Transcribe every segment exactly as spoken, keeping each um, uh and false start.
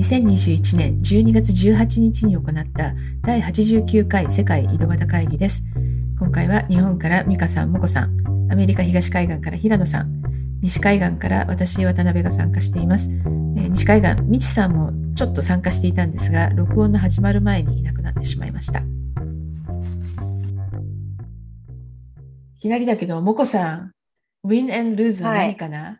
にせんにじゅういちねんじゅうにがつじゅうはちにちに行っただいはちじゅうきゅうかい世界井戸端会議です。今回は日本から美香さん、もこさん、アメリカ東海岸から平野さん、西海岸から私、渡辺が参加しています。えー、西海岸、みちさんもちょっと参加していたんですが、録音の始まる前にいなくなってしまいました。いきなりだけど、もこさん、Win and Lose は何かな？はい、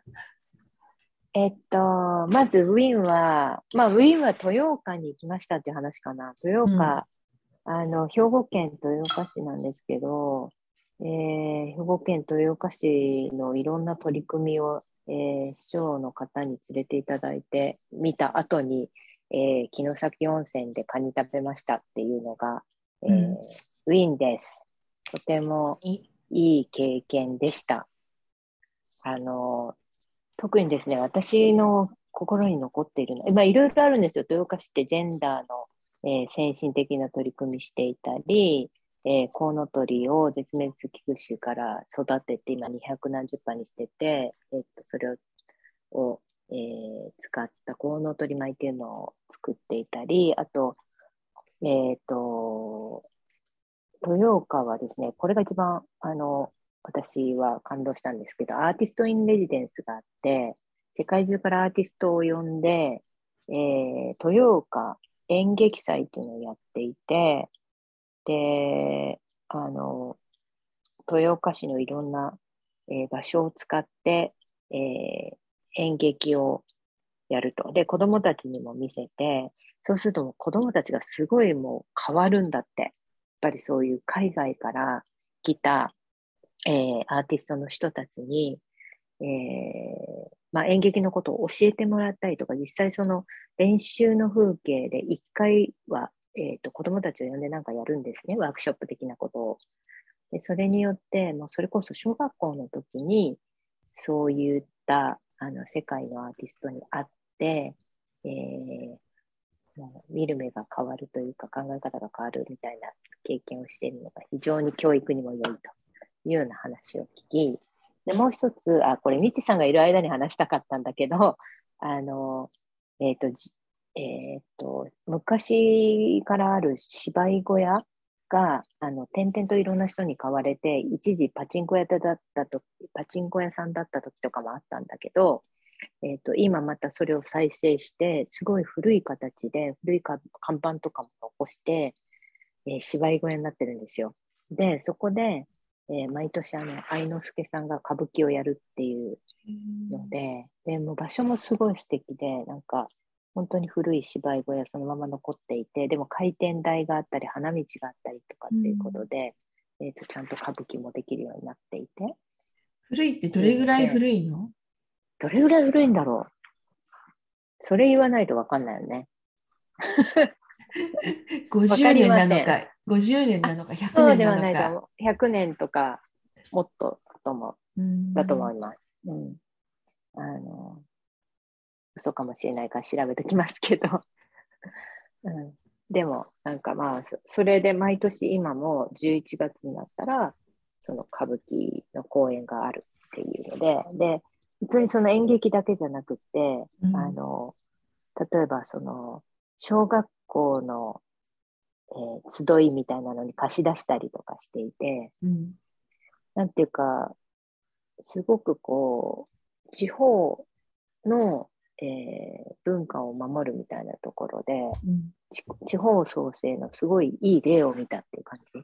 えっと、まずウィンは、まあウィンは豊岡に行きましたっていう話かな。豊岡、うん、あの、兵庫県豊岡市なんですけど、えー、兵庫県豊岡市のいろんな取り組みを、えー、市長の方に連れていただいて、見た後に、えー、城崎温泉でカニ食べましたっていうのが、えーうん、ウィンです。とてもいい経験でした。あの、特にですね、私の心に残っているのは、まあ、いろいろあるんですよ。豊岡市ってジェンダーの、えー、先進的な取り組みしていたり、えー、コウノトリを絶滅危惧種から育てて、今にひゃくなんじゅっぱにしてて、えー、っとそれをを、えー、使ったコウノトリ米っていうのを作っていたり、あと、えー、っと、豊岡はですね、これが一番、あの、私は感動したんですけど、アーティストインレジデンスがあって、世界中からアーティストを呼んで、えー、豊岡演劇祭っていうのをやっていて、で、あの、豊岡市のいろんな、えー、場所を使って、えー、演劇をやると。で、子供たちにも見せて、そうすると子供たちがすごいもう変わるんだって。やっぱりそういう海外から来た、えー、アーティストの人たちに、えーまあ、演劇のことを教えてもらったりとか、実際その練習の風景で一回は、えーと、子供たちを呼んでなんかやるんですね、ワークショップ的なことを。でそれによって、もうそれこそ小学校の時に、そういったあの世界のアーティストに会って、えー、もう見る目が変わるというか、考え方が変わるみたいな経験をしているのが非常に教育にも良いというような話を聞き、でもう一つ、あ、これ、みちさんがいる間に話したかったんだけど、あの、えっ、ー、と、えっ、ー、と、昔からある芝居小屋が、あの、点々といろんな人に買われて、一時パチンコ屋だったと、パチンコ屋さんだった時とかもあったんだけど、えっ、ー、と、今またそれを再生して、すごい古い形で、古い看板とかも残して、えー、芝居小屋になってるんですよ。で、そこで、えー、毎年あの愛之助さんが歌舞伎をやるっていうので、でも場所もすごい素敵で、なんか本当に古い芝居小屋そのまま残っていて、でも回転台があったり花道があったりとかっていうことで、えー、とちゃんと歌舞伎もできるようになっていて。 古いってどれぐらい古いの？ どれぐらい古いんだろう。それ言わないと分かんないよね。 ごじゅうねんなのか、ごじゅうねんなのか、ひゃくねんなのか。 そうではないと思う。ひゃくねんとか、もっとと思う。だと思います。うん。あの、嘘かもしれないから調べてきますけど。うん。でも、なんかまあ、それで毎年今もじゅういちがつになったら、その歌舞伎の公演があるっていうので、で、普通にその演劇だけじゃなくて、うん、あの、例えばその、小学校の、えー、集いみたいなのに貸し出したりとかしていて、うん、なんていうか、すごくこう、地方の、えー、文化を守るみたいなところで、うん、地方創生のすごいいい例を見たっていう感じ。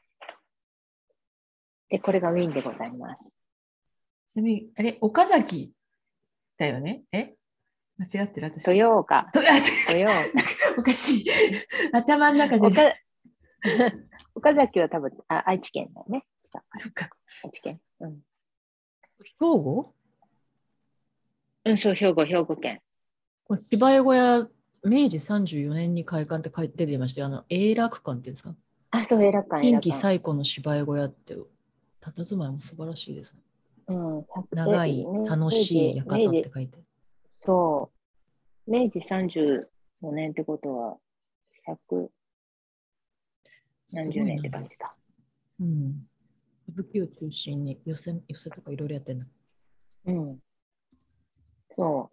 で、これがウィーンでございます。 ちなみに、あれ、岡崎だよね？え間違ってる私。 豊岡。豊岡。 おかしい。頭の中で。 岡, 岡崎は多分あ愛知県だよね。 そっか。 愛知県。うん。 兵庫？ うん、そう、兵庫、兵庫県。 これ芝居小屋、めいじさんじゅうよねんに開館って書いて出てましたよ。あの、永楽館っていうんですか？ あ、そう、永楽館。 近畿最古の芝居小屋って、佇まいも素晴らしいですね。うん、長い、楽しい館って書いて。 そう。めいじさんじゅうごねんってことは、ひゃくなんじゅうねんって感じだ。 うん。歌舞伎を中心に寄せ、寄せとかいろいろやってるの。 うん。そう。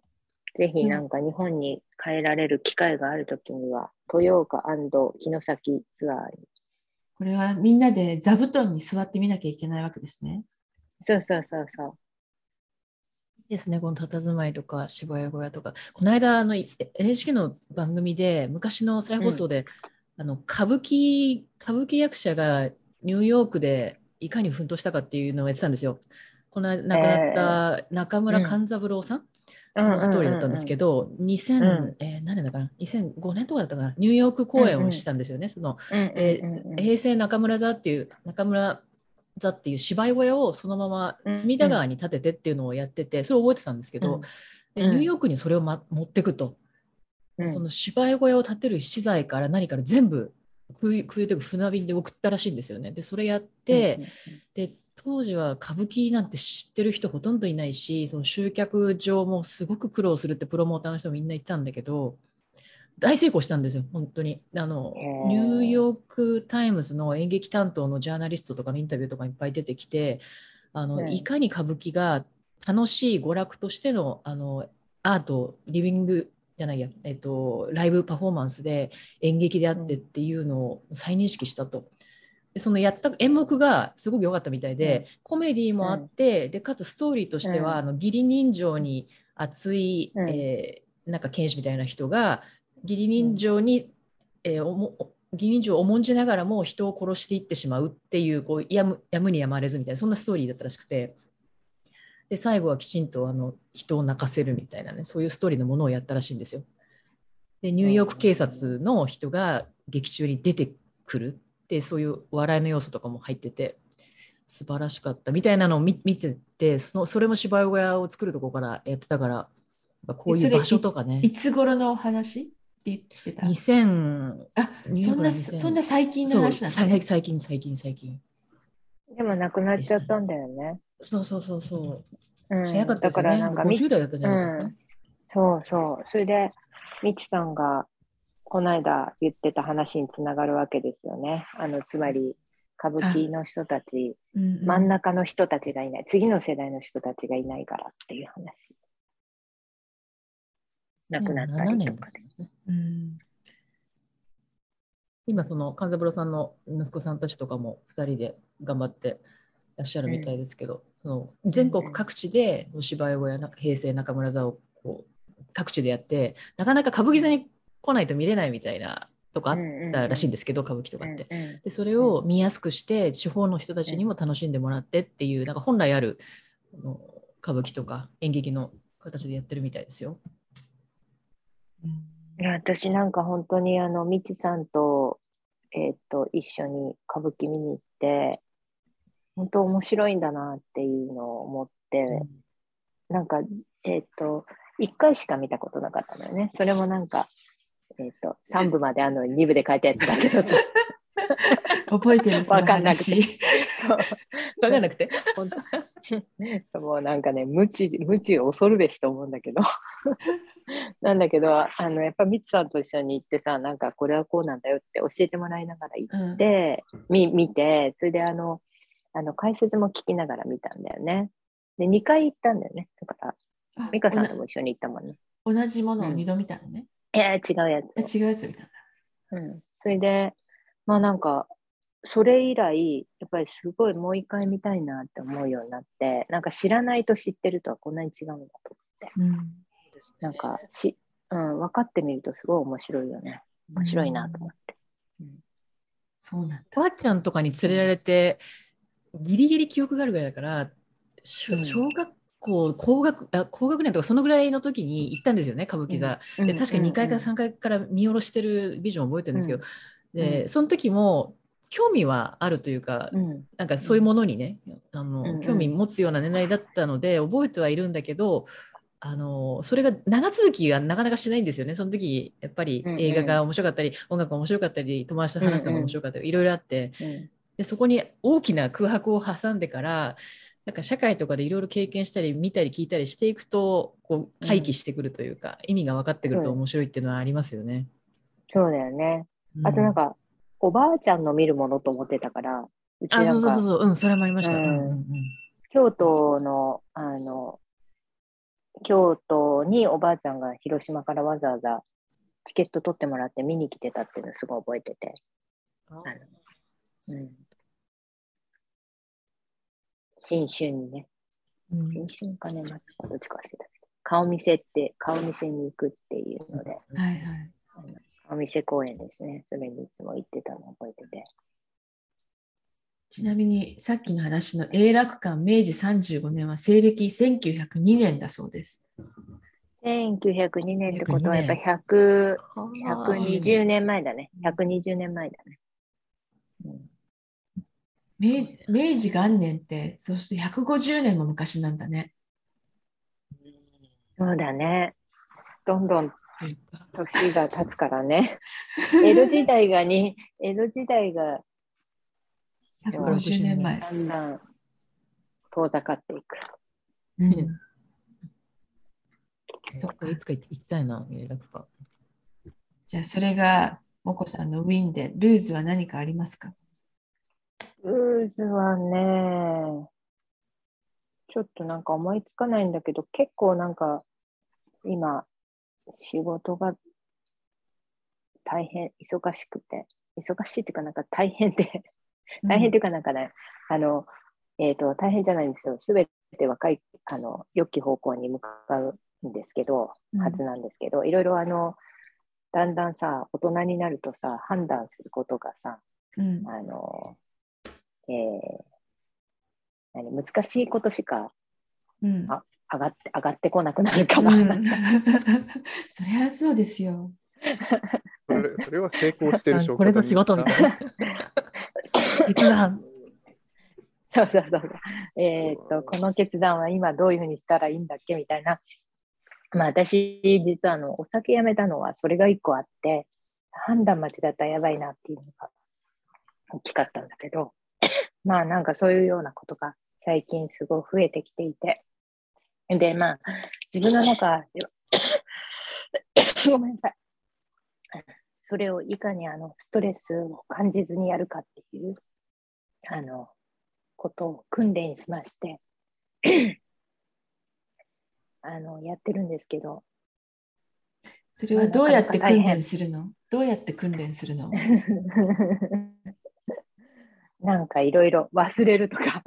ぜひなんか日本に帰られる機会があるときには、豊岡城崎ツアーに。 これはみんなで座布団に座ってみなきゃいけないわけですね。 そうそうそうそう。 いいですね、この佇まいとか芝居小屋とか。この間あの エヌエイチケー の番組で昔の再放送で、うん、あの歌舞伎歌舞伎役者がニューヨークでいかに奮闘したかっていうのをやってたんですよ。この間亡くなった中村勘三郎さんのストーリーだったんですけど、にせん、うんえー、何年だかなにせんごねんとかだったかな、ニューヨーク公演をしたんですよね。その平成中村座っていう中村座っていう芝居小屋をそのまま隅田川に建ててっていうのをやってて、それを覚えてたんですけど、うん、でニューヨークにそれを、ま、持ってくと、うん、その芝居小屋を建てる資材から何から全部空輸というか船便で送ったらしいんですよね。でそれやって、うんうんうん、で当時は歌舞伎なんて知ってる人ほとんどいないし、その集客上もすごく苦労するってプロモーターの人もみんな言ったんだけど、大成功したんですよ、本当に。あのニューヨーク・タイムズの演劇担当のジャーナリストとかのインタビューとかいっぱい出てきて、あの、うん、いかに歌舞伎が楽しい娯楽としての、あのアート、リビングじゃないや、えっと、ライブパフォーマンスで演劇であってっていうのを再認識したと。でそのやった演目がすごく良かったみたいで、うん、コメディもあって、うん、でかつストーリーとしては、うん、あの義理人情に熱い、うんえー、なんか剣士みたいな人が義理人情に、うんえー、おも義理人情を重んじながらも人を殺していってしまうっていう、こうやむやむにやまれずみたいな、そんなストーリーだったらしくて、で最後はきちんとあの人を泣かせるみたいなね、そういうストーリーのものをやったらしいんですよ。でニューヨーク警察の人が劇中に出てくるで、そういう笑いの要素とかも入ってて素晴らしかったみたいなのを 見, 見てて、そのそれも芝居小屋を作るところからやってたから、こういう場所とかね。 い, いつ頃の話って言ってた？ にせんあ、そんなそんな最近の話なんだね。最近最近最近。 でも亡くなっちゃったんだよね。 そうそうそうそう。 うん、 早かったですよね。だからなんかごじゅう代だったんじゃないですか。うん、 そうそう。それでみちさんがこの間言ってた話につながるわけですよね。あのつまり歌舞伎の人たち、うんうん、真ん中の人たちがいない、次の世代の人たちがいないからっていう話。亡くなったりとかで。 ねうん、今その勘三郎さんの息子さんたちとかもふたりで頑張ってらっしゃるみたいですけど、うん、その全国各地でお芝居小屋、平成中村座をこう各地でやって、なかなか歌舞伎座に来ないと見れないみたいなとかあったらしいんですけど、うんうんうん、歌舞伎とかって、うんうん、でそれを見やすくして地方の人たちにも楽しんでもらってっていう、なんか本来ある歌舞伎とか演劇の形でやってるみたいですよ。 いや私なんか本当にあのみちさんと、えー、と一緒に歌舞伎見に行って本当面白いんだなっていうのを思って、うん、なんかえっ、ー、といっかいしか見たことなかったのよね。それもなんか、えー、とさんぶまであのにぶで書いたやつだけどさ覚えてる？ 分かんなくてそう分かんなくてもうなんかね無知無知を恐るべしと思うんだけどなんだけどあのやっぱみつさんと一緒に行ってさ、なんかこれはこうなんだよって教えてもらいながら行って、うん、み見て、それであのあの解説も聞きながら見たんだよね。でにかい行ったんだよね。だから美香さんとも一緒に行ったもんね。 同じものをにど見たのね。 うん、いや違うやつ。違うやつ見たんだ。 うん。それでまあなんかそれ以来やっぱりすごいもう一回見たいなって思うようになって、なんか知らないと知ってるとはこんなに違うんだと思って、うん、なんかし、うん、分かってみるとすごい面白いよね。面白いなと思って、うんうん、 そうなんだ。 ばあちゃんとかに連れられて、うん、ギリギリ記憶があるぐらいだから、小学校高学あ高学年とかそのぐらいの時に行ったんですよね、歌舞伎座、うん、で確かににかいからさんかいから見下ろしてるビジョンを覚えてるんですけど、うん、でその時も興味はあるというか、うん、なんかそういうものにね、あの、うんうん、興味持つような年代だったので覚えてはいるんだけど、あのそれが長続きがなかなかしないんですよね。その時やっぱり映画が面白かったり、うんうん、音楽が面白かったり、友達と話すのが面白かったり、いろいろあって、うん、でそこに大きな空白を挟んでから、なんか社会とかでいろいろ経験したり見たり聞いたりしていくとこう回帰してくるというか、うん、意味が分かってくると面白いっていうのはありますよね。 そうだよね。あとなんか、うん、おばあちゃんの見るものと思ってたから、 うちなんか、あ、そうそうそう、うん、それもありました。うんうんうん、 京都の、あの、 京都におばあちゃんが広島からわざわざチケット取ってもらって見に来てたっていうのをすごい覚えてて。あのうん、新春にね、 うん、 新春かね、またどっちか忘れたけど、顔見せって、顔見せに行くっていうので、 はいはい。 あの顔見せ公演ですね。それにいつも行ってたのを覚えてて。 ちなみにさっきの話の永楽館明治さんじゅうごねんは西暦せんきゅうひゃくにねんだそうです。 せんきゅうひゃくにねんってことはやっぱりひゃく、ひゃくにじゅうねんまえだね。ひゃくにじゅうねんまえだね。うん、 明明治元年ってそうするとひゃくごじゅうねんも昔なんだね。 そうだね。どんどん年が経つからね。江戸時代がに、江戸時代がひゃくごじゅうねんまえ。 だんだん遠ざかっていく。 うん、そっか。 いつか行きたいな、永楽か。 じゃあそれがもこさんのウィンで、ルーズは何かありますか？ ルーズはね、ちょっとなんか思いつかないんだけど、結構なんか今仕事が大変忙しくて、忙しいっていうかなんか大変で、大変っていうかなんかね、あの、えっと、大変じゃないんですよ。すべて若い、あの、良き方向に向かうんですけど、 うんはずなんですけど、いろいろあの、だんだんさ、大人になるとさ、判断することがさ、 うんあの、えー何難しいことしかうんあ上がって、上がってこなくなるから、 うん、そりゃそうですよ。 それ、それは成功してる証これぞ仕拠だな。 事みたいな。決断。 そうそうそうそう。えーっと、この決断は今どういうふうにしたらいいんだっけみたいな。まあ私、実はあの、お酒やめたのはそれが一個あって、判断間違ったらやばいなっていうのが大きかったんだけど、まあなんかそういうようなことが最近すごい増えてきていて、で、まあ自分の中では、ごめんなさい。それをいかにあのストレスを感じずにやるかっていう、あの、ことを訓練しまして、あの、やってるんですけど、 それはどうやって訓練するの？どうやって訓練するの？ なんかいろいろ忘れるとか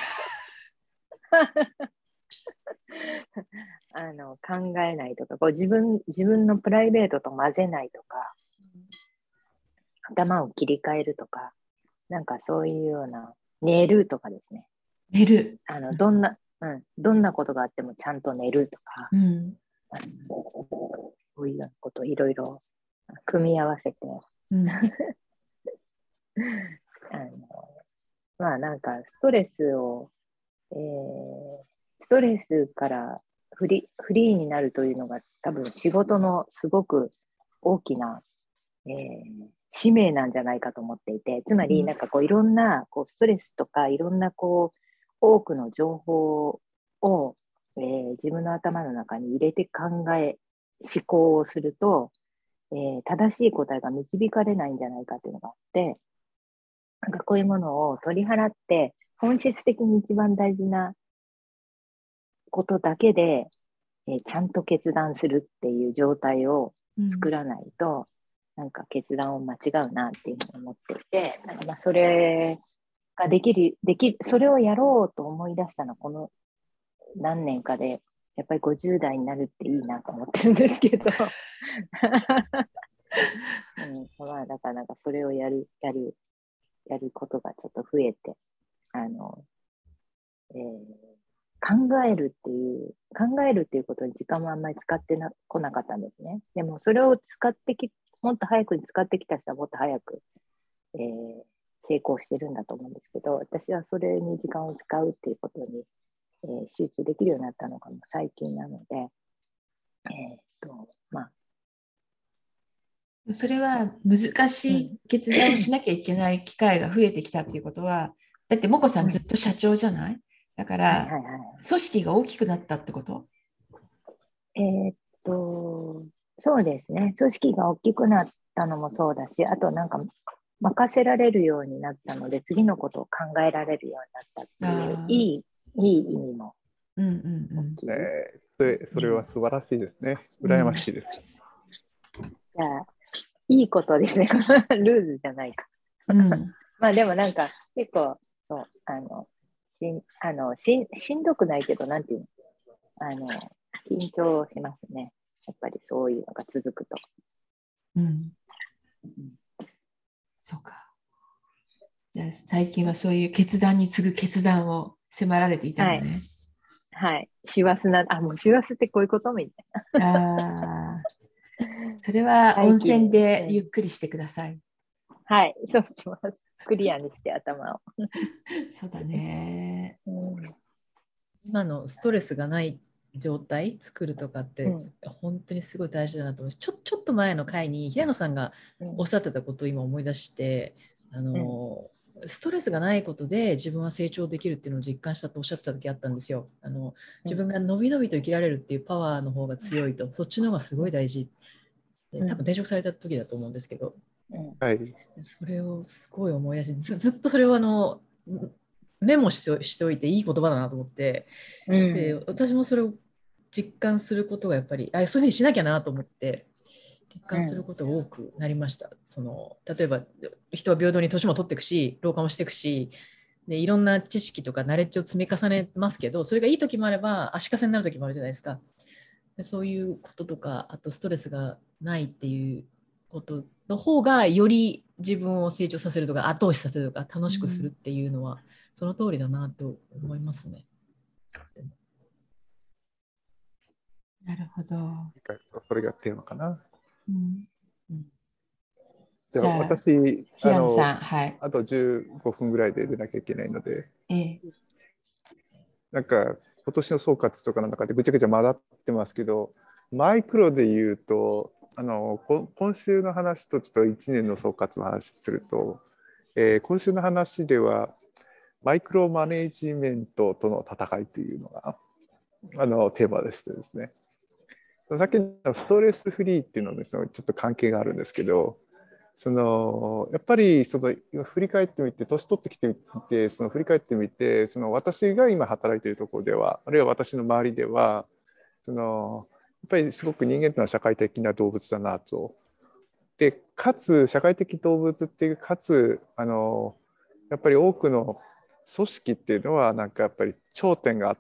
あの考えないとか、こう自分、自分のプライベートと混ぜないとか、頭を切り替えるとか、なんかそういうような、寝るとかですね。 寝る。 あのどんな、うん、どんなことがあってもちゃんと寝るとか、 うん、 そういうようなことをいろいろ組み合わせて、 うん、 あのまあなんかストレスを、えー、ストレスからフリフリーになるというのが多分仕事のすごく大きな、えー、使命なんじゃないかと思っていて、つまりなんかこういろんなこうストレスとかいろんなこう多くの情報を、えー、自分の頭の中に入れて考え思考をすると、えー、正しい答えが導かれないんじゃないかっていうのがあって、なんかこういうものを取り払って、本質的に一番大事なことだけで、えーちゃんと決断するっていう状態を作らないと、うん、なんか決断を間違うなっていうふうに思っていて、なんかまあそれができる、できる、それをやろうと思い出したのはこの何年かで、やっぱりごじゅう代になるっていいなと思ってるんですけど、うん、まあだからなんかそれをやる、やる、やることがちょっと増えて、あの、えー、考えるっていう、考えるっていうことに時間もあんまり使ってなこなかったんですね。でもそれを使ってき、もっと早くに使ってきた人はもっと早く、えー、成功してるんだと思うんですけど、私はそれに時間を使うっていうことに、えー、集中できるようになったのがもう最近なので、えー、っと、まあ、 それは難しい決断をしなきゃいけない機会が増えてきたっていうことは、だってもこさんずっと社長じゃない？だから、組織が大きくなったってこと？ えー、っと、そうですね。組織が大きくなったのもそうだし、あとなんか任せられるようになったので、次のことを考えられるようになったっていう、いい、いい意味もうんうんうん、 えでそれは素晴らしいですね。羨ましいです。 じゃあ、いいことですね。ルーズじゃないか。 うん、 まあでもなんか結構そうあのしんあのしんしんどくないけど、なんていうの、あの緊張しますね。やっぱりそういうのが続くと。 うん。そうか。じゃあ最近はそういう決断に次ぐ決断を迫られていたのね。 はい。はい。師走な、あ、もう師走ってこういうことみたいああ、それは温最近泉でうんゆっくりしてください。 な。はい。そうします。クリアにして頭を。 そうだね。 うん今のストレスがない状態作るとかってうん本当にすごい大事だなと思うし、ちょ、ちょっと前の回に平野さんがおっしゃってたことを今思い出して、あのストレスがないことで自分は成長できるっていうのを実感したとおっしゃってた時あったんですよ。あの自分がのびのびと生きられるっていうパワーの方が強いと、そっちの方がすごい大事で、多分転職された時だと思うんですけど、 うんはい。 それをすごい思い出して、ず、ずっとそれをあのメモしてしておいていい言葉だなと思って、 うんで私もそれを実感することがやっぱり、あ、そういうふうにしなきゃなと思って実感することが多くなりました。その例えば人は平等に年も取っていくし、老化もしていくし、でいろんな知識とかナレッジを積み重ねますけど、それがいい時もあれば足かせになる時もあるじゃないですか。でそういうこととか、あとストレスがないっていうことの方がより自分を成長させるとか後押しさせるとか楽しくするっていうのは、その通りだなと思いますね。 なるほど。 それがテーマかな。 うんうん、 じゃあ、 じゃあ、 私、あの、 平野さん、はい。 あとじゅうごふんぐらいで出なきゃいけないので、 ええ、 なんか、今年の総括とかの中でぐちゃぐちゃ混ざってますけど、マイクロで言うと、あのこ今週の話とちょっといちねんの総括の話すると、えー今週の話では、マイクロマネジメントとの戦いというのがあのテーマでしてですね、さっきのストレスフリーっていうのですね、ちょっと関係があるんですけど、そのやっぱりその振り返ってみて、年取ってきてみて、その振り返ってみて、その私が今働いているところでは、あるいは私の周りでは、そのやっぱりすごく人間というのは社会的な動物だなと。で、かつ社会的動物っていう、かつあのやっぱり多くの組織っていうのはなんかやっぱり頂点があって、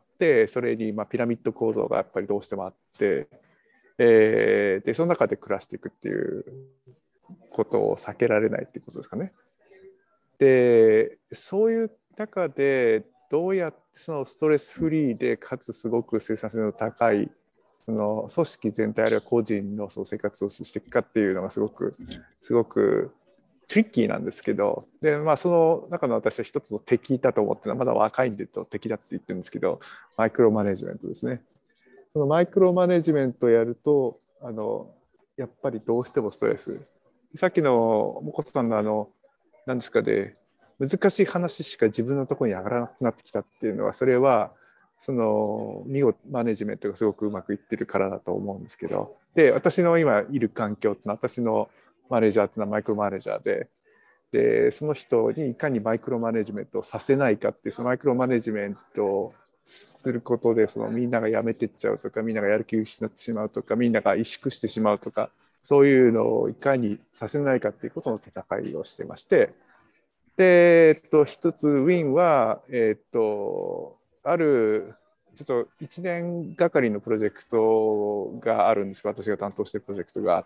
それにまあピラミッド構造がやっぱりどうしてもあって、えー、でその中で暮らしていくっていうことを避けられないっていうことですかね。でそういう中でどうやってそのストレスフリーでかつすごく生産性の高いその組織全体あるいは個人のその生活をしていくかっていうのがすごくすごくトリッキーなんですけど、で、まあ、その中の私は一つの敵だと思ってるのは、まだ若いんでと敵だって言ってるんですけど、マイクロマネジメントですね。そのマイクロマネジメントをやるとあのやっぱりどうしてもストレス、さっきのもこさんのあの何ですかね、難しい話しか自分のところに上がらなくなってきたっていうのは、それはその見事マネジメントがすごくうまくいってるからだと思うんですけど、で私の今いる環境ってのは、私のマネージャーっていうのはマイクロマネージャーで、でその人にいかにマイクロマネジメントをさせないかっていう、そのマイクロマネジメントをすることで、そのみんなが辞めてっちゃうとか、みんながやる気を失ってしまうとか、みんなが萎縮してしまうとか、そういうのをいかにさせないかっていうことの戦いをしてまして、で、えっと、一つウィンは、えっと、あるちょっといちねんがかりのプロジェクトがあるんですが、私が担当しているプロジェクトがあって、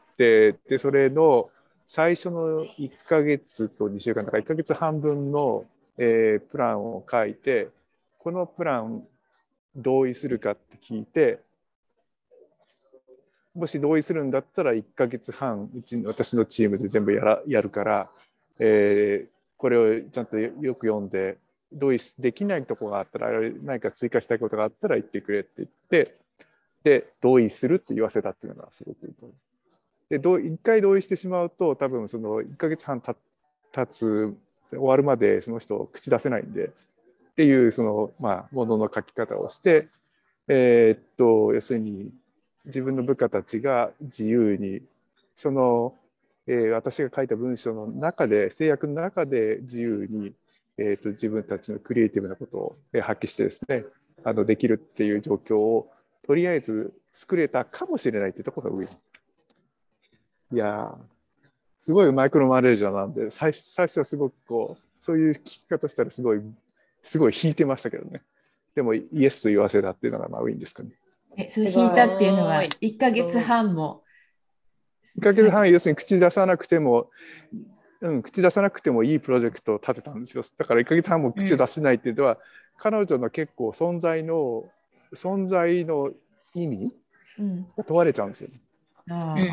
でそれの最初のいっかげつとにしゅうかんだからいっかげつはんぶんの、えー、プランを書いて、このプラン同意するかって聞いて、もし同意するんだったらいっかげつはんうち私のチームで全部やらやるから、えー、これをちゃんとよく読んで、同意できないところがあったら、何か追加したいことがあったら言ってくれって言って、で同意するって言わせたっていうのがすごくいいと思う。でいっかい同意してしまうと、多分そのいっかげつはんた経つ終わるまでその人口出せないんでっていうその、まあ、ものの書き方をして、えー、っと要するに自分の部下たちが自由にその、えー、私が書いた文章の中で、制約の中で自由に、えー、と自分たちのクリエイティブなことを発揮してですね、あのできるっていう状況をとりあえず作れたかもしれないっていうところが上。いやすごいマイクロマネージャーなんで、最最初はすごくこうそういう聞き方したらすごいすごい引いてましたけどね。でもイエスと言わせたっていうのがまあウィンですかね。 え、それ引いたっていうのはすごいいっかげつはんもいっかげつはん、要するに口出さなくても、うん、口出さなくてもいいプロジェクトを立てたんですよ。だからいっかげつはんも口出せないっていうのは、うん、彼女の結構存在の存在の意味が問われちゃうんですよ。うん、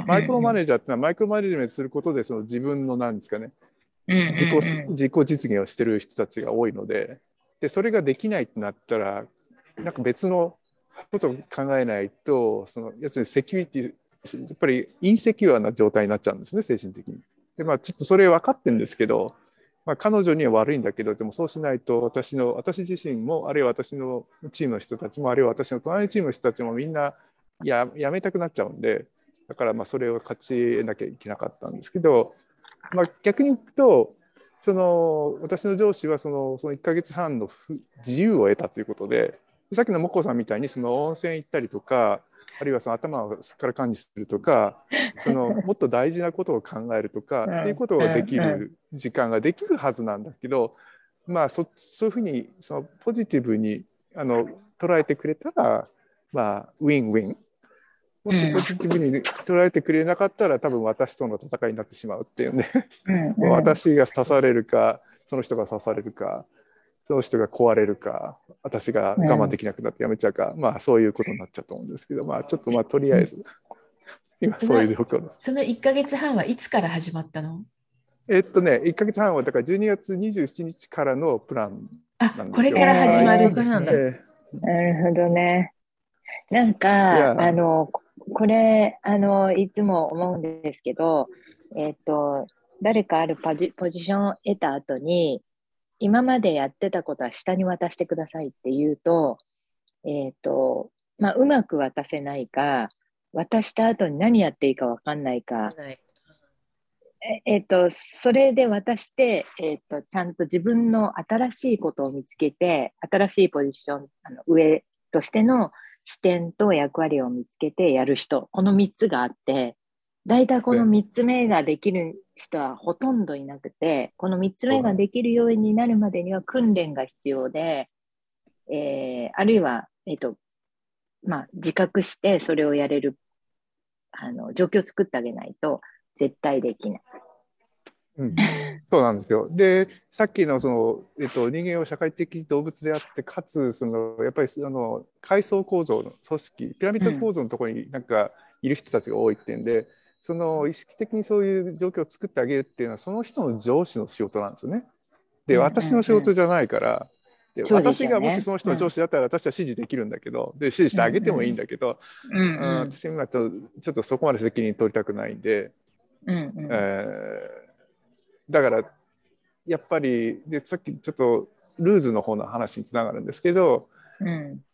マイクロマネージャーってのはマイクロマネジメントすることでその自分の何ですかね、自己、自己実現をしてる人たちが多いので、でそれができないってなったらなんか別のことを考えないと、その要するにセキュリティやっぱりインセキュアな状態になっちゃうんですね、精神的に。でまあちょっとそれ分かってるんですけど、まあ、彼女には悪いんだけど、でもそうしないと私の私自身も、あるいは私のチームの人たちも、あるいは私の隣のチームの人たちもみんなややめたくなっちゃうんで、だからまあそれを勝ち得なきゃいけなかったんですけど、まあ、逆に言うとその私の上司はそのそのいっかげつはんの自由を得たということで、さっきのもこさんみたいにその温泉行ったりとか、あるいはその頭をすっからかんにするとか、そのもっと大事なことを考えるとかっていうことができる時間ができるはずなんだけど、まあ そ, そういうふうにそのポジティブにあの捉えてくれたら、まあウィンウィン。もしポジティブに捉えてくれなかったら、多分私との戦いになってしまうっていうね、うん、私が刺されるか、その人が刺されるか、その人が壊れるか、私が我慢できなくなってやめちゃうか、うん、まあそういうことになっちゃうと思うんですけど、まあちょっとまあとりあえず、うん、今そういう状況です。 そのいっかげつはんはいつから始まったの？ えっとね、いっかげつはんはだからじゅうにがつにじゅうしちにちからのプランなんですよ。 あ、これから始まるんですね。 えー、なるほどね。なんか、あの、これ、あの、いつも思うんですけど、えっと、誰かあるポジ、ポジションを得た後に、今までやってたことは下に渡してくださいって言うと、えっと、まあ、うまく渡せないか、渡した後に何やっていいか分かんないか、えっと、それで渡して、えっと、ちゃんと自分の新しいことを見つけて、新しいポジション、あの上としての視点と役割を見つけてやる人、このみっつがあって、大体このみっつめができる人はほとんどいなくて、このみっつめができるようになるまでには訓練が必要で、えー、あるいは、えっと、まあ、自覚してそれをやれる、あの、状況を作ってあげないと絶対できない。 うん、そうなんですよ。で、さっきのその、えっと、人間は社会的動物であって、かつそのやっぱりあの階層構造の組織、ピラミッド構造のところになんかいる人たちが多いっていうんで、その意識的にそういう状況を作ってあげるっていうのはその人の上司の仕事なんですよね。で、私の仕事じゃないから、で私がもしその人の上司だったら私は指示できるんだけど、で指示してあげてもいいんだけど、私はちょっとそこまで責任取りたくないんで。うんうんえーだからやっぱりでさっきちょっとルーズの方の話につながるんですけど、うん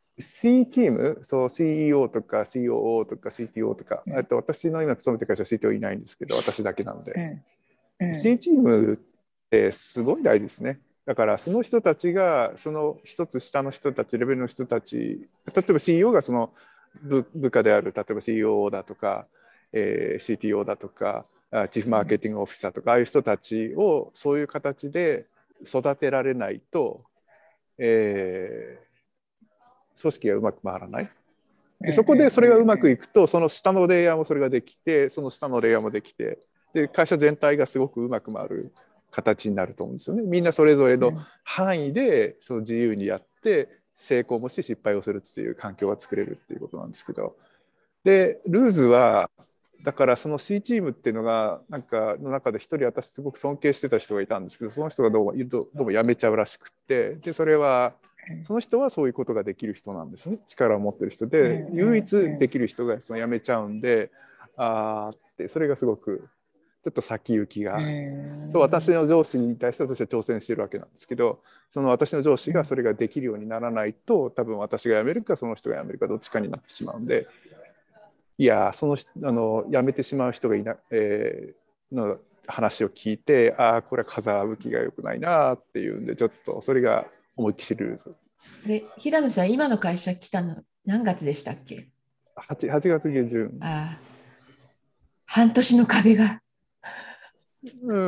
、C チームそう シーイーオー とか シーオーオー とか シーティーオー とか、うん、と私の今勤めてる会社は シーティーオー いないんですけど私だけなんで、うんうん、C チームってすごい大事ですね。だからその人たちがその一つ下の人たちレベルの人たち、例えば シーイーオー がその 部, 部下である例えば シーイーオー だとか、えー、シーティーオー だとかチーフマーケティングオフィサーとかああいう人たちをそういう形で育てられないと、えー、組織がうまく回らない。でそこでそれがうまくいくとその下のレイヤーもそれができてその下のレイヤーもできてで会社全体がすごくうまく回る形になると思うんですよね。みんなそれぞれの範囲でその自由にやって成功もし失敗をするっていう環境が作れるっていうことなんですけど、でルーズはだからその C チームっていうのがなんかの中で一人私すごく尊敬してた人がいたんですけど、その人がどうもどうも辞めちゃうらしくて、でそれはその人はそういうことができる人なんですね。力を持ってる人で唯一できる人がその辞めちゃうんで、あーってそれがすごくちょっと先行きが、そう私の上司に対して私は挑戦してるわけなんですけど、その私の上司がそれができるようにならないと多分私が辞めるかその人が辞めるかどっちかになってしまうんで。いやそのあの辞めてしまう人がいな、えー、の話を聞いて、ああこれは風向きが良くないなっていうんでちょっとそれが思いっきりルーズで、平野さん、今の会社来たの何月でしたっけ？ 8, 8月下旬。 ああ、半年の壁が。 うん、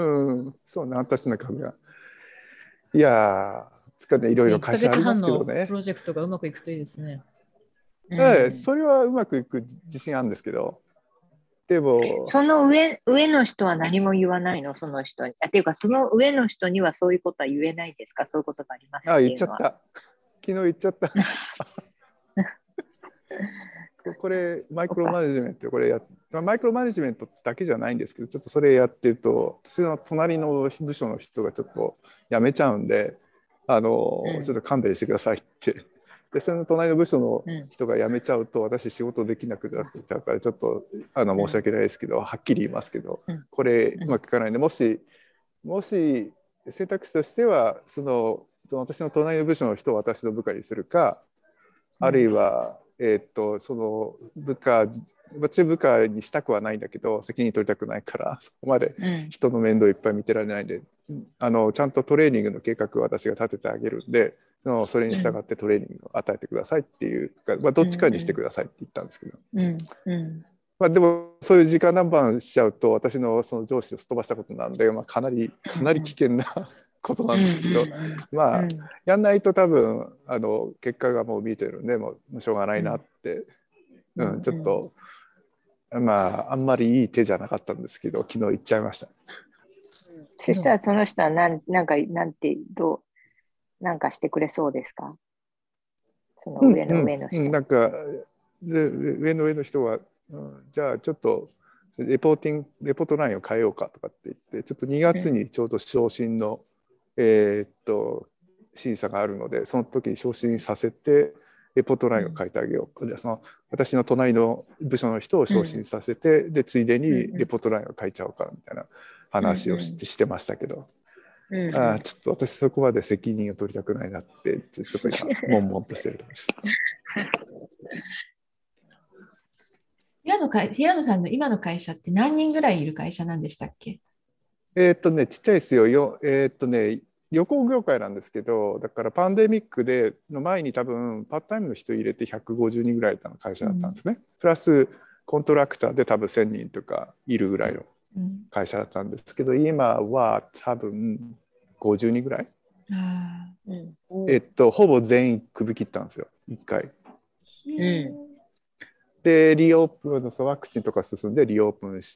そうね、私の壁が。いやー、つかね、いろいろ 1ヶ会社ありま月半のすけどね。 プロジェクトがうまくいくといいですね。 ええ、 うん、 それはうまくいく自信あるんですけど、でも、 その上、上の人は何も言わないの、その人に。あ、っていうか、その上の人にはそういうことは言えないんですか？そういうことがありますあ、 っていうのは。 言っちゃった。昨日言っちゃった。これ、マイクロマネジメント、これや、マイクロマネジメントだけじゃないんですけど、ちょっとそれやってると、私の隣の部署の人がちょっと辞めちゃうんで、あの、 うん、 ちょっと勘弁してくださいって。で、その隣の部署のうん、 人が辞めちゃうと、私仕事できなくなってちゃうから、ちょっとあの申し訳ないですけど、はっきり言いますけど、 うん、 これうん、 うまくいかないんで、もし、もし選択肢としては、その、その私の隣の部署の人を私の部下にするか、あるいは、えー、っとその部下、私部下にしたくはないんだけど、責任取りたくないから、そこまでうん、 人の面倒いっぱい見てられないんで、あのちゃんとトレーニングの計画を私が立ててあげるんで、そのそれに従ってトレーニングを与えてくださいっていうか、まあ、どっちかにしてくださいって言ったんですけど、 うん、うん、 まあ、でもそういう時間何番しちゃうと、私のその上司をすっ飛ばしたことなんで、まあ、かなりかなり危険なことなんですけど、まあやんないと多分あの結果がもう見えてるんで、もうしょうがないなって、うん、ちょっとまああんまりいい手じゃなかったんですけど、昨日言っちゃいました。 そしたらその人は何、なんか、なんて、どう、なんかしてくれそうですか？その上の上の人。 うんうん、なんかで上の上の人は、うん、じゃあちょっとレポーティングレポートラインを変えようかとかって言って、ちょっとにがつにちょうど昇進の、えー、っと審査があるので、その時に昇進させてレポートラインを変えてあげよう、うん、じゃあその私の隣の部署の人を昇進させて、うん、でついでにレポートラインを変えちゃおうかみたいな話をし て, してましたけど、うんうん、あちょっと私そこまで責任を取りたくないなってちょっと今悶々としてるんです。 平野か平野さんの今の会社って何人ぐらいいる会社なんでしたっけ？ えー、っとね、ちっちゃいですよ。よえー、っとね、旅行業界なんですけど、だからパンデミックでの前に多分パートタイムの人入れてひゃくごじゅうにんぐらいの会社だったんですね。うん、プラスコントラクターで多分せんにんとかいるぐらいの会社だったんですけど、今は多分ごじゅうにんぐらい。あえっと、ほぼ全員首切ったんですよ、いっかい。うんでリオープンのワクチンとか進んでリオープンして、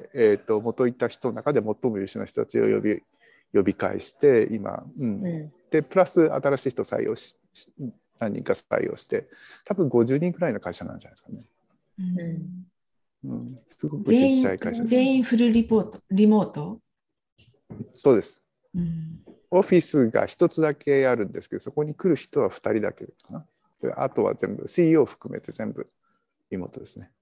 えー、と元いた人の中で最も優秀な人たちを呼び呼び返して今、うんうん、でプラス新しい人採用し何人か採用して多分ごじゅうにんくらいの会社なんじゃないですかね。うんうん、すごくちっちゃい会社です。 全員フルリポートリモート？ そうです、 うん、 オフィスが一つだけあるんですけど、そこに来る人はふたりだけかな。であとは全部 シーイーオー 含めて全部リモートですね。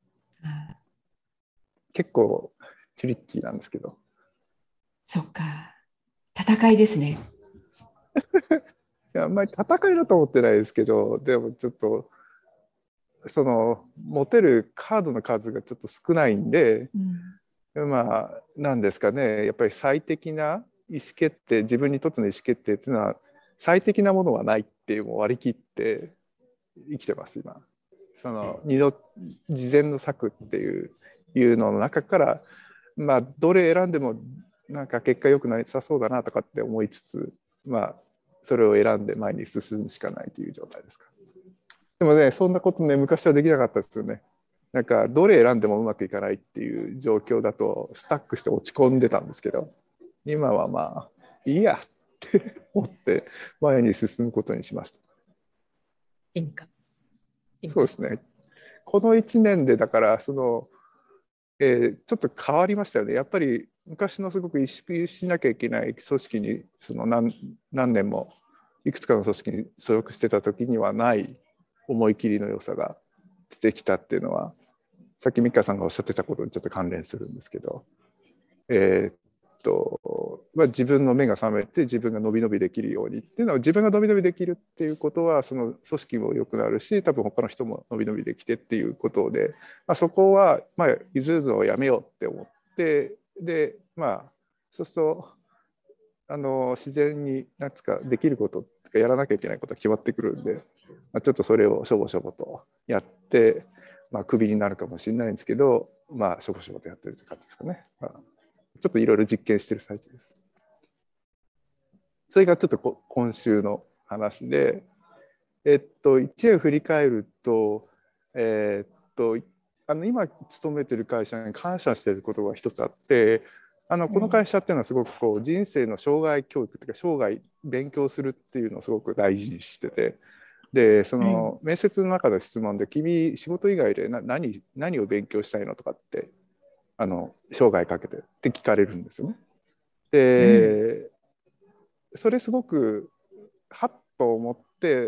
結構トリッキーなんですけど。 そっか、戦いですね。 いやあんまり戦いだと思ってないですけど、でもちょっとその持てるカードの数がちょっと少ないんで、うん、まあなんですかね、やっぱり最適な意思決定、自分にとっての意思決定っていうのは最適なものはないっていうのを割り切って生きてます今。その二度事前の策っていういうのの中から、まあどれ選んでもなんか結果良くなさそうだなとかって思いつつ、まあそれを選んで前に進むしかないという状態ですか。でもね、そんなことね昔はできなかったですよね。なんかどれ選んでもうまくいかないっていう状況だとスタックして落ち込んでたんですけど、今はまあいいやって思って前に進むことにしました。 いいかそうですね。このいちねんでだからその、えー、ちょっと変わりましたよね。やっぱり昔のすごく意識しなきゃいけない組織にその 何, 何年もいくつかの組織に所属してた時にはない思い切りの良さが出てきたっていうのは、さっき美香さんがおっしゃってたことにちょっと関連するんですけど、えーとまあ、自分の目が覚めて自分が伸び伸びできるようにっていうのは、自分が伸び伸びできるっていうことはその組織も良くなるし、多分他の人も伸び伸びできてっていうことで、まあ、そこはまあ譲るのをやめようって思って、でまあそうするとあの自然に何つかできることかやらなきゃいけないことが決まってくるんで、まあ、ちょっとそれをしょぼしょぼとやって、まあ、クビになるかもしれないんですけど、まあ、しょぼしょぼとやってるという感じですかね。まあ、ちょっといろいろ実験してる最中です。それがちょっとこ今週の話で、えっと、いちねん振り返ると、えっと、あの今勤めてる会社に感謝していることが一つあって、あのこの会社っていうのはすごくこう人生の生涯教育というか生涯勉強するっていうのをすごく大事にしてて、でその面接の中の質問で君仕事以外で何、何を勉強したいのとかってあの生涯かけてって聞かれるんですよね。で、うん、それすごくはっと思って、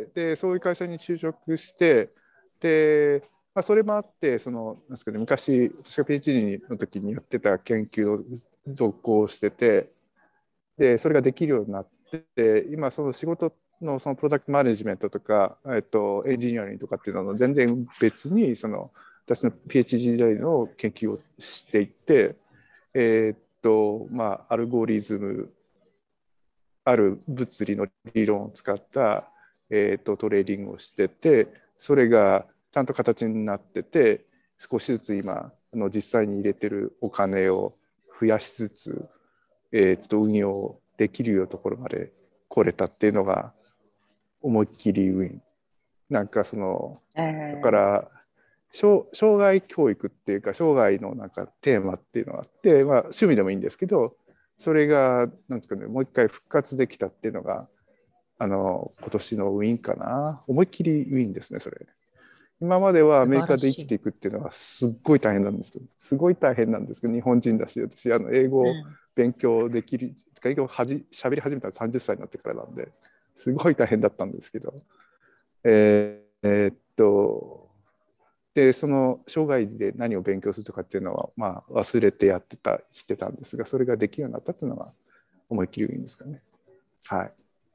でそういう会社に就職して、でまあ、それもあってそのなんですか、ね、昔私が ピーエイチディー の時にやってた研究を続行してて、でそれができるようになってて、今その仕事のそのプロダクトマネジメントとか、えっと、エンジニアリングとかっていうのの全然別にその私の ピーエイチディー 時代の研究をしていて、えっとまあアルゴリズム、ある物理の理論を使った、えっと、トレーディングをしてて、それがちゃんと形になってて、少しずつ今あの実際に入れてるお金を増やしつつ、えー、と運用できるようなところまで来れたっていうのが思いっきりウィン。なんかその、だから生涯教育っていうか生涯のなんかテーマっていうのがあって、まあ、趣味でもいいんですけど、それがなんですかね、もう一回復活できたっていうのがあの今年のウィンかな。思いっきりウィンですね、それ。今まではアメリカで生きていくっていうのはすっごい大変なんですけど、すごい大変なんですけど、日本人だし、私あの英語を勉強できる、うん、英語をはじ喋り始めたのはさんじゅっさいになってからなんで、すごい大変だったんですけど、えー、えー、っとでその生涯で何を勉強するとかっていうのは、まあ、忘れてやってたしてたんですが、それができるようになったっていうのが思いっきりいいんですかね。はい。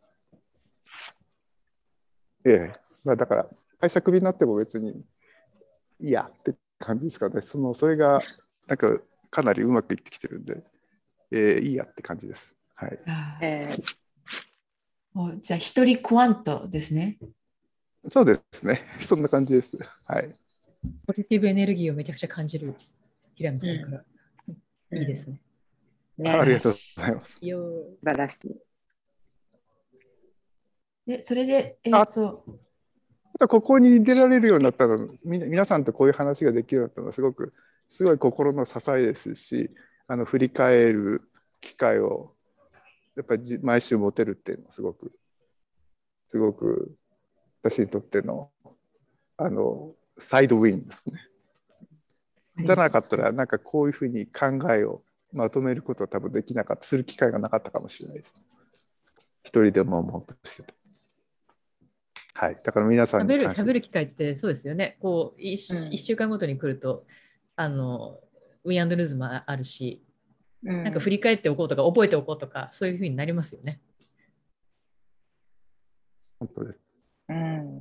ええ、まあ、だから会社クビになっても別にいいやって感じですかね。そのそれがなんかかなりうまくいってきてるんで、えー、いいやって感じです。はい。 えー、もうじゃあ一人クワントですね。 そうですね。そんな感じです。はい。 ポジティブエネルギーをめちゃくちゃ感じる平見さんから、うん、いいですね。 ね、ありがとうございます。 素晴らしい。 でそれで、えー、っとここに出られるようになったの、皆さんとこういう話ができるようになったのはすごくすごい心の支えですし、あの振り返る機会をやっぱり毎週持てるっていうのはすごくすごく私にとってのあのサイドウィンですね。じゃなかったらなんかこういうふうに考えをまとめることは多分できなかった、する機会がなかったかもしれないです。一人でももっとしてて。はい、だから皆さんに食べる食べる機会ってそうですよね。こう 1, うん、いっしゅうかんごとに来るとあのウィンアンドルーズもあるし、うん、なんか振り返っておこうとか覚えておこうとかそういうふうになりますよね。 本当です。 うん、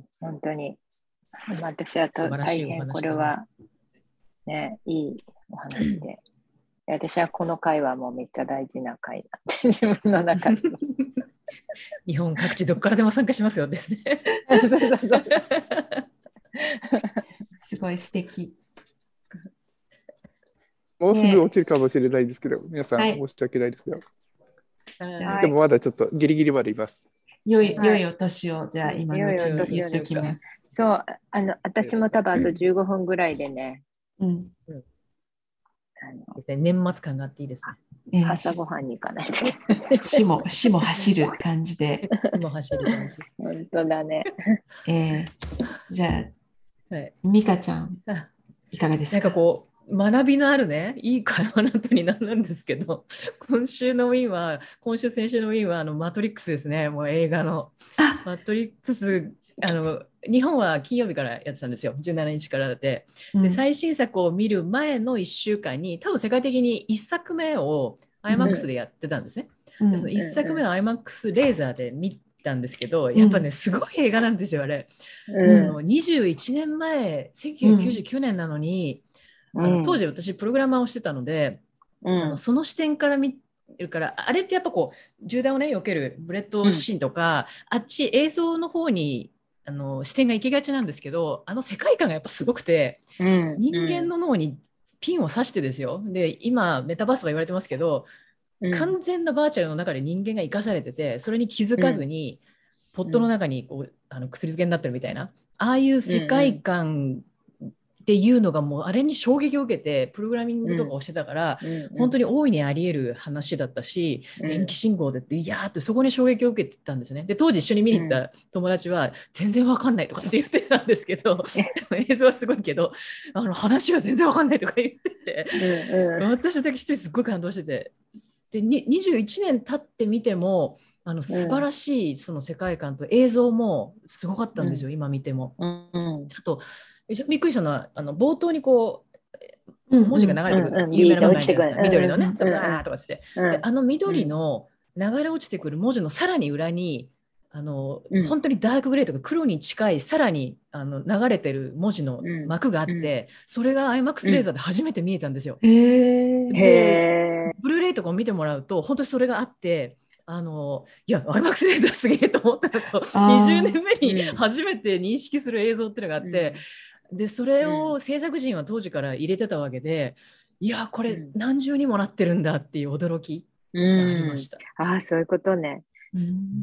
本当に。私はと大変これはね、いいお話で。私はこの会はもうめっちゃ大事な会なんで自分の中で。 日本各地どこからでも参加しますよですね。 そうそうそう。 すごい素敵。 もうすぐ落ちるかもしれないですけど、ね、皆さん申し訳ないですけど、はい、でもまだちょっとギリギリまでいます。 良い、良いお年をじゃあ今のうちに言っときます。 そう、あの私も多分あとじゅうごふんぐらいでね。 うんうん、あの年末感があっていいですね。 えー、朝ごはんに行かないと。 死も死も走る感じで。 死も走る感じ。 本当だね。 えー、じゃあ、はい、美香ちゃんいかがですか。 なんかこう学びのあるね、いい会話の後になるんですけど、今週のウィンは、今週先週のウィンはあのマトリックスですね、もう映画の。マトリックス、あの日本は金曜日からやってたんですよ、じゅうしちにちからで。で、最新作を見る前のいっしゅうかんに、多分世界的にいっさくめを アイマックス でやってたんですね。うん、でそのいっさくめを アイマックス レーザーで見たんですけど、やっぱね、すごい映画なんですよ、あれ。うん、あのにじゅういちねんまえ、せんきゅうひゃくきゅうじゅうきゅうねんなのに、うん、あの当時私プログラマーをしてたので、うん、あのその視点から見るから、あれってやっぱこう銃弾をね避けるブレッドシーンとか、うん、あっち映像の方にあの視点が行きがちなんですけど、あの世界観がやっぱすごくて、うん、人間の脳にピンを刺してですよ。で今メタバースとか言われてますけど、うん、完全なバーチャルの中で人間が生かされてて、それに気づかずに、うん、ポットの中にこうあの薬漬けになってるみたいな、ああいう世界観っていうのがもうあれに衝撃を受けてプログラミングとかをしてたから、うん、本当に大いにあり得る話だったし、うん、電気信号でっていやーってそこに衝撃を受けてたんですよね。で当時一緒に見に行った友達は、うん、全然わかんないとかって言ってたんですけど映像はすごいけどあの話が全然わかんないとか言ってて、うんうん、私だけ一人すっごい感動してて、でににじゅういちねん経ってみてもあの素晴らしいその世界観と映像もすごかったんですよ、うん、今見ても、うんうん、あとびっくりしたのはあの冒頭にこう文字が流れてくる、うんうん、有名な文字じゃないですか、緑のね、うんうん、バーとかって、うん、であの緑の流れ落ちてくる文字のさらに裏にあの、うん、本当にダークグレーとか黒に近いさらにあの流れてる文字の幕があって、うん、それが アイマックス レーザーで初めて見えたんですよ、うん、でブルーレイとかを見てもらうと本当にそれがあって、あのいや アイマックス レーザーすげえと思ったのとにじゅうねんめに初めて認識する映像っていうのがあって、うん、でそれを制作陣は当時から入れてたわけで、いやこれ何重にもなってるんだっていう驚きがありました、 うん、ああそういうことね、うん、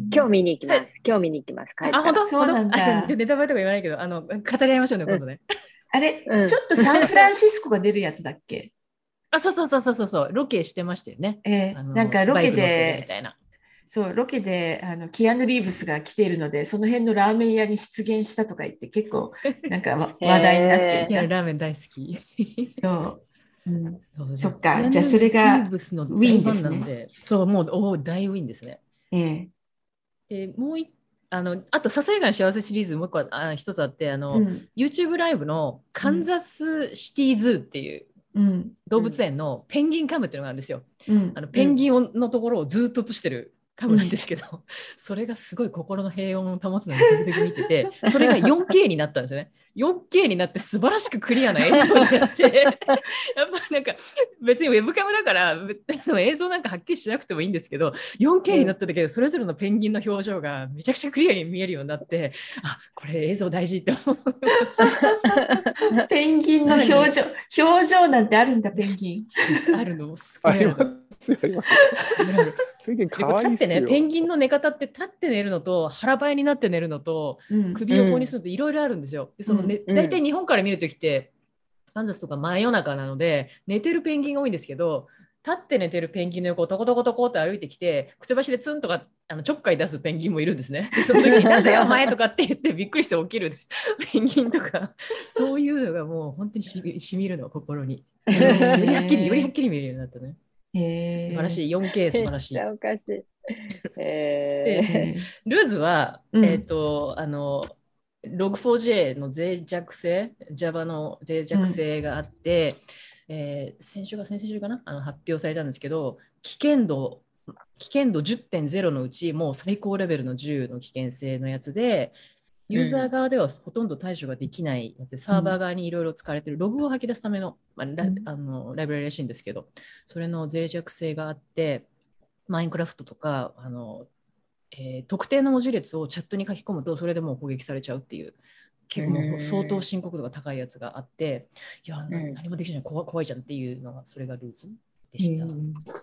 今日見に行きます今日見に行きます帰ったら。 あ本当そうなんだ。あネタバレとか言わないけどあの語り合いましょうね、うん、今度ねあれ、うん、ちょっとサンフランシスコが出るやつだっけあそうそうそうそうそうロケしてましたよね、 えー、なんかロケでみたいなそうロケであのキアヌ・リーブスが来ているのでその辺のラーメン屋に出現したとか言って結構なんか話題になっていた。 いやラーメン大好きそう、うん、そうそっかじゃあそれがウィンですね。 そうもうお大ウィンですね、 えー、でもう一あのあとささやかな幸せシリーズもう一個あ一つあってあの、うん、YouTube ライブのカンザスシティズーっていう、うん、動物園のペンギンカムっていうのがあるんですよ、うん、あのペンギンのところをずっと映してるカムなんですけど、うん、それがすごい心の平穏を保つのに時々見ててそれが よんケー になったんですよね。 よんケー になって素晴らしくクリアな映像になってやっぱなんか別にウェブカムだから映像なんかはっきりしなくてもいいんですけど よんケー になっただけでそれぞれのペンギンの表情がめちゃくちゃクリアに見えるようになって、あこれ映像大事って思うペンギンの表情表情なんてあるんだ。ペンギンあるのすごいあるのペンギンかわいいっすよ。 立ってね、ペンギンの寝方って立って寝るのと腹ばいになって寝るのと、うん、首横にするといろいろあるんですよ。でそのね、うん、大体日本から見るときってカンザスとか真夜中なので寝てるペンギンが多いんですけど、立って寝てるペンギンの横をトコトコトコって歩いてきてくちばしでツンとかあのちょっかい出すペンギンもいるんですね。でその時になんだよお前とかって言ってびっくりして起きるペンギンとかそういうのがもう本当にしみ、しみるの心によりはっきりよりはっきり見えるようになったね。素晴らしい よんケー 素晴らしい。 おかしい。 えー、ルーズは、うん、えっ、ー、とあの ログフォージェー の脆弱性 Java の脆弱性があって、うんえー、先週か先々週かなあの発表されたんですけど危険度危険度 じゅってんゼロ のうちもう最高レベルのじゅうの危険性のやつでユーザー側ではほとんど対処ができないやつで、うん、サーバー側にいろいろ使われているログを吐き出すための、まあ、ラ, あのライブラリらしいんですけどそれの脆弱性があってマインクラフトとかあの、えー、特定の文字列をチャットに書き込むとそれでもう攻撃されちゃうっていう結構もう相当深刻度が高いやつがあっていや何もできない怖い、怖いじゃんっていうのがそれがルーズでした。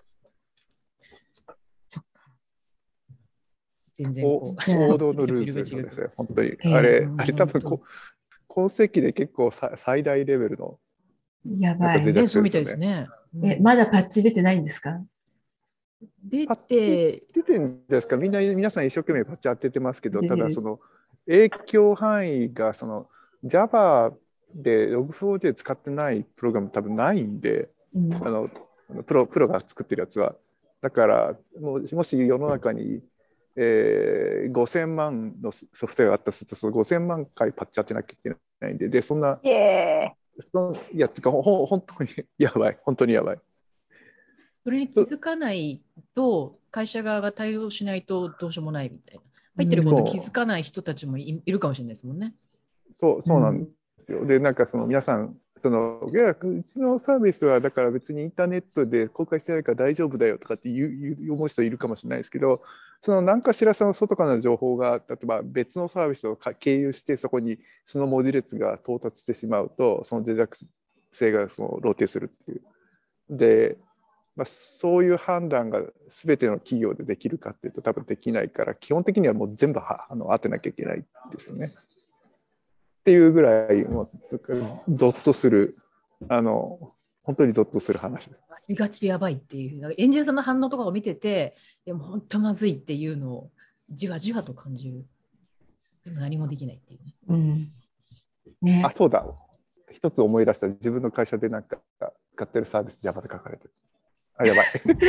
全然こう王道のルーズですね本当に、えー、あれあれ多分こ今世紀で結構最大レベルのやばいね。そうみたいですね。 えまだパッチ出てないんですか？ 出て出てるんですか？みんな皆さん一生懸命パッチ当ててますけどただその影響範囲がその Java で ログフォージェー 使ってないプログラム多分ないんで、うん、あのプロプロが作ってるやつはだからももし世の中にえー、ごせんまんのソフトウェアがあったとするとそのごせんまん回パッチ当てなきゃいけないんで、でそんな、そのいやつがほ本当にやばい、本当にやばい。 それに気づかないと会社側が対応しないとどうしようもないみたいな。入ってること気づかない人たちも い, いるかもしれないですもんね。 そうそうなんですよ。うん、でなんかその皆さんそのいやうちのサービスはだから別にインターネットで公開してないから大丈夫だよとかって言う、言う思う人いるかもしれないですけど、その何かしらその外からの情報が例えば別のサービスを経由してそこにその文字列が到達してしまうとその脆弱性がその露呈するっていうで、まあ、そういう判断が全ての企業でできるかっていうと多分できないから基本的にはもう全部はあの当てなきゃいけないんですよね。っていうぐらいもうゾッとするあの本当にゾッとする話です。 ガチガチやばいっていう、なんかエンジニアさんの反応とかを見てて、でも本当まずいっていうのをじわじわと感じる。でも何もできないっていうね。 うんね、 あ、そうだ。一つ思い出した。自分の会社でなんか使ってるサービス Java で書かれてる。あ、やばい。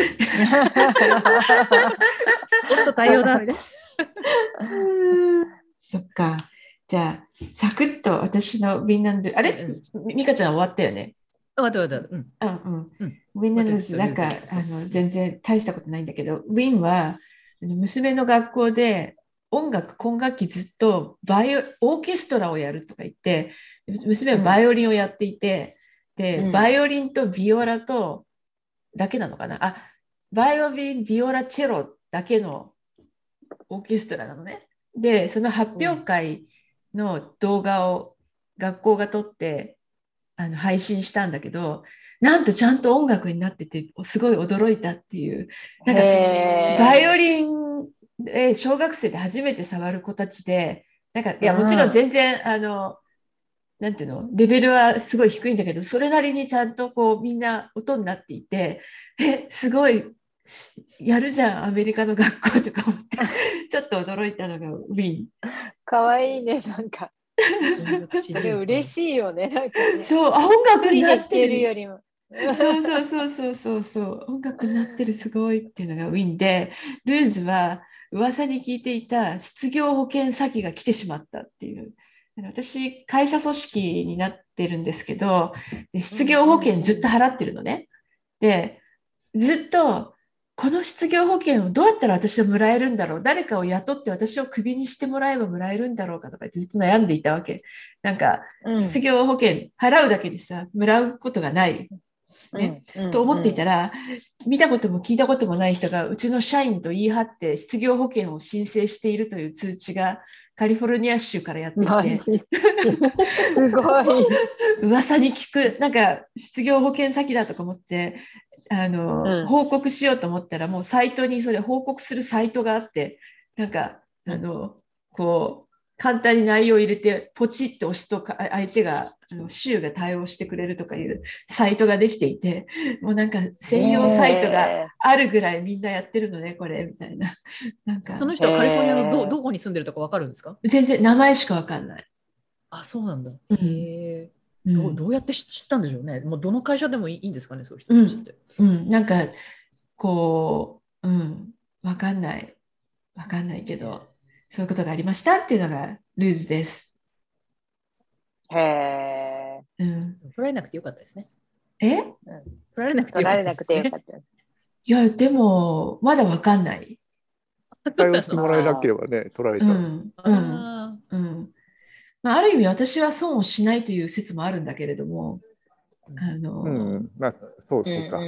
本当対応だ。 そっか。じゃあ、サクッと私のウィンナンド、あれ、美香ちゃん終わったよね。 待って待って。うん。 うんうん。ウィンナンドルーズ、なんかあの全然大したことないんだけど、ウィンは娘の学校で音楽、今学期ずっとバイオオーケストラをやるとか言って、娘はバイオリンをやっていて、うん、で、うん、バイオリンとビオラとだけなのかなあ、バイオリン、ビオラ、チェロだけのオーケストラなのね。で、その発表会の動画を学校が撮ってあの配信したんだけど、なんとちゃんと音楽になっててすごい驚いたっていう。なんかバイオリンで小学生で初めて触る子たちで、なんかいやもちろん全然あのなんていうのレベルはすごい低いんだけど、それなりにちゃんとこうみんな音になっていて、えすごいやるじゃんアメリカの学校とか思ってちょっと驚いたのがウィン。 かわいいね、なんかそれ嬉しいよね、なんかね。 そう、あ、音楽になってるよりもそうそうそうそうそうそう音楽になってるすごいっていうのがウィンで、ルーズは噂に聞いていた失業保険詐欺が来てしまったっていう。私会社組織になってるんですけど、失業保険ずっと払ってるのね。でずっとこの失業保険をどうやったら私はもらえるんだろう、誰かを雇って私をクビにしてもらえばもらえるんだろうかとか言ってずっと悩んでいたわけ。なんか、うん、失業保険払うだけでさもらうことがないね、うん、と思っていたら、うん、見たことも聞いたこともない人がうちの社員と言い張って失業保険を申請しているという通知がカリフォルニア州からやってきてすごい噂に聞く、なんか失業保険先だとか思ってあの、うん、報告しようと思ったらもうサイトにそれ報告するサイトがあって、なんか、うん、あのこう簡単に内容を入れてポチッと押すと相手があの州が対応してくれるとかいうサイトができていて、もうなんか専用サイトがあるぐらいみんなやってるのねこれみたいな。なんかその人はカリフォルニアの ど, どこに住んでるとか分かるんですか？ 全然名前しか分かんない。 あ、そうなんだ。 うん、 へー、ど, どうやって知ったんでしょうね。もうどの会社でもいいんですかね、そういう人たちって。うん、うん、なんかこう、うん、分かんない分かんないけどそういうことがありましたっていうのがルーズです。 へえ、 うん。 取られなくてよかったですね。 え？ うん、取られなくてよかったですね。 取られなくてよかった。 いやでもまだ分かんない。 対応してもらえなければね取られちゃう。 うんうんうんまあ、ある意味私は損をしないという説もあるんだけれども、あの、 うんまあ、そうそうか、 うん、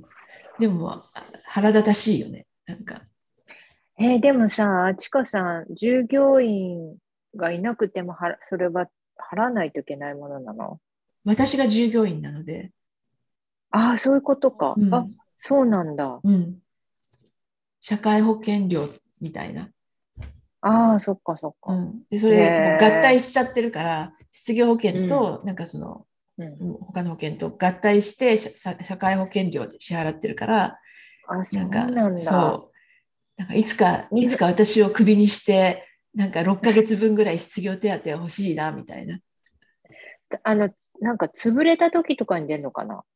でも腹立たしいよねなんか。 えー、でもさ、ちかさん従業員がいなくてもはそれは払わないといけないものなの？ 私が従業員なので。 ああ、そういうことか、うん、あ、そうなんだ、 うん、社会保険料みたいな。 ああ、そっかそっか。 うん、でそれもう合体しちゃってるから失業保険となんかその、うん、他の保険と合体して社会保険料で支払ってるから、 あ、そうなんだ。 そうなんかいつかいつか私をクビにしてなんかろっかげつぶんぐらい失業手当は欲しいなみたいな。 あのなんか潰れた時とかに出るのかな？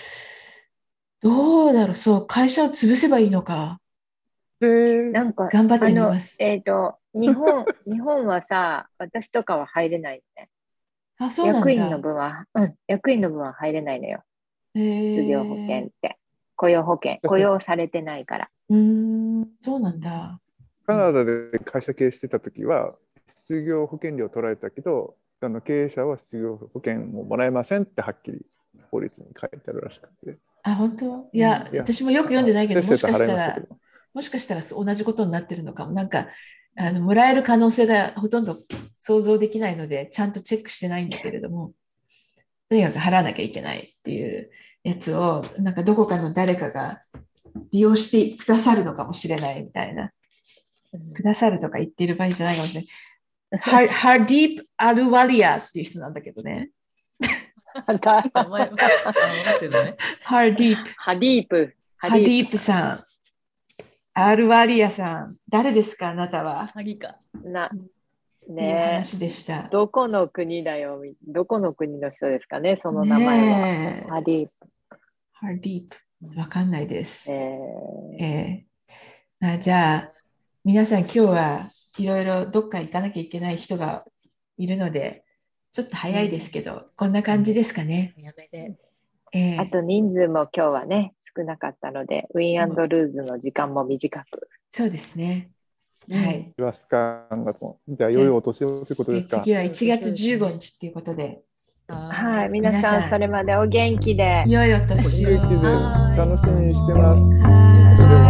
どうだろう、そう会社を潰せばいいのか。 なんか頑張ってみます。 えっと日本日本はさ、私とかは入れないね。 あ、そうなんだ。 役員の分は、うん、役員の分は入れないのよ。失業保険って雇用保険雇用されてないから。 うーん、そうなんだ。 カナダで会社経営してた時は失業保険料取られたけどあの経営者は失業保険ももらえませんってはっきり法律に書いてあるらしくて。 あ、本当？いや、 いや私もよく読んでないけど、もしかしたら、 せっせと払いましたけどもしかしたら同じことになってるのかも。なんか、あの、もらえる可能性がほとんど想像できないので、ちゃんとチェックしてないんだけれども、とにかく払わなきゃいけないっていうやつを、なんかどこかの誰かが利用してくださるのかもしれないみたいな。くださるとか言っている場合じゃないかもしれない。ハハディープ・アルワリアっていう人なんだけどね。 名前分かってるのね。 ハディープ。 ハディープ。 ハディープさん。アルワリアさん。誰ですか、あなたは。 ハギか。 な、 っていうね話でした。 どこの国だよ、どこの国の人ですかね、その名前は。 ねえハディープ。 ハディープ。わかんないです。 えーえーあじゃあ、皆さん今日はいろいろどっか行かなきゃいけない人がいるので、ちょっと早いですけど、こんな感じですかね。 やめで。 えーあと人数も今日はね、少なかったので、ウィン&ルーズの時間も短く。 そうですね。 うんはい。 言わすかんがと。じゃあ、いよいよお年をということえですか。 次はいちがつじゅうごにちということで、 はい、 皆さん皆さんそれまでお元気で。 良いお年を。 お元気では楽しみにしてます。 い。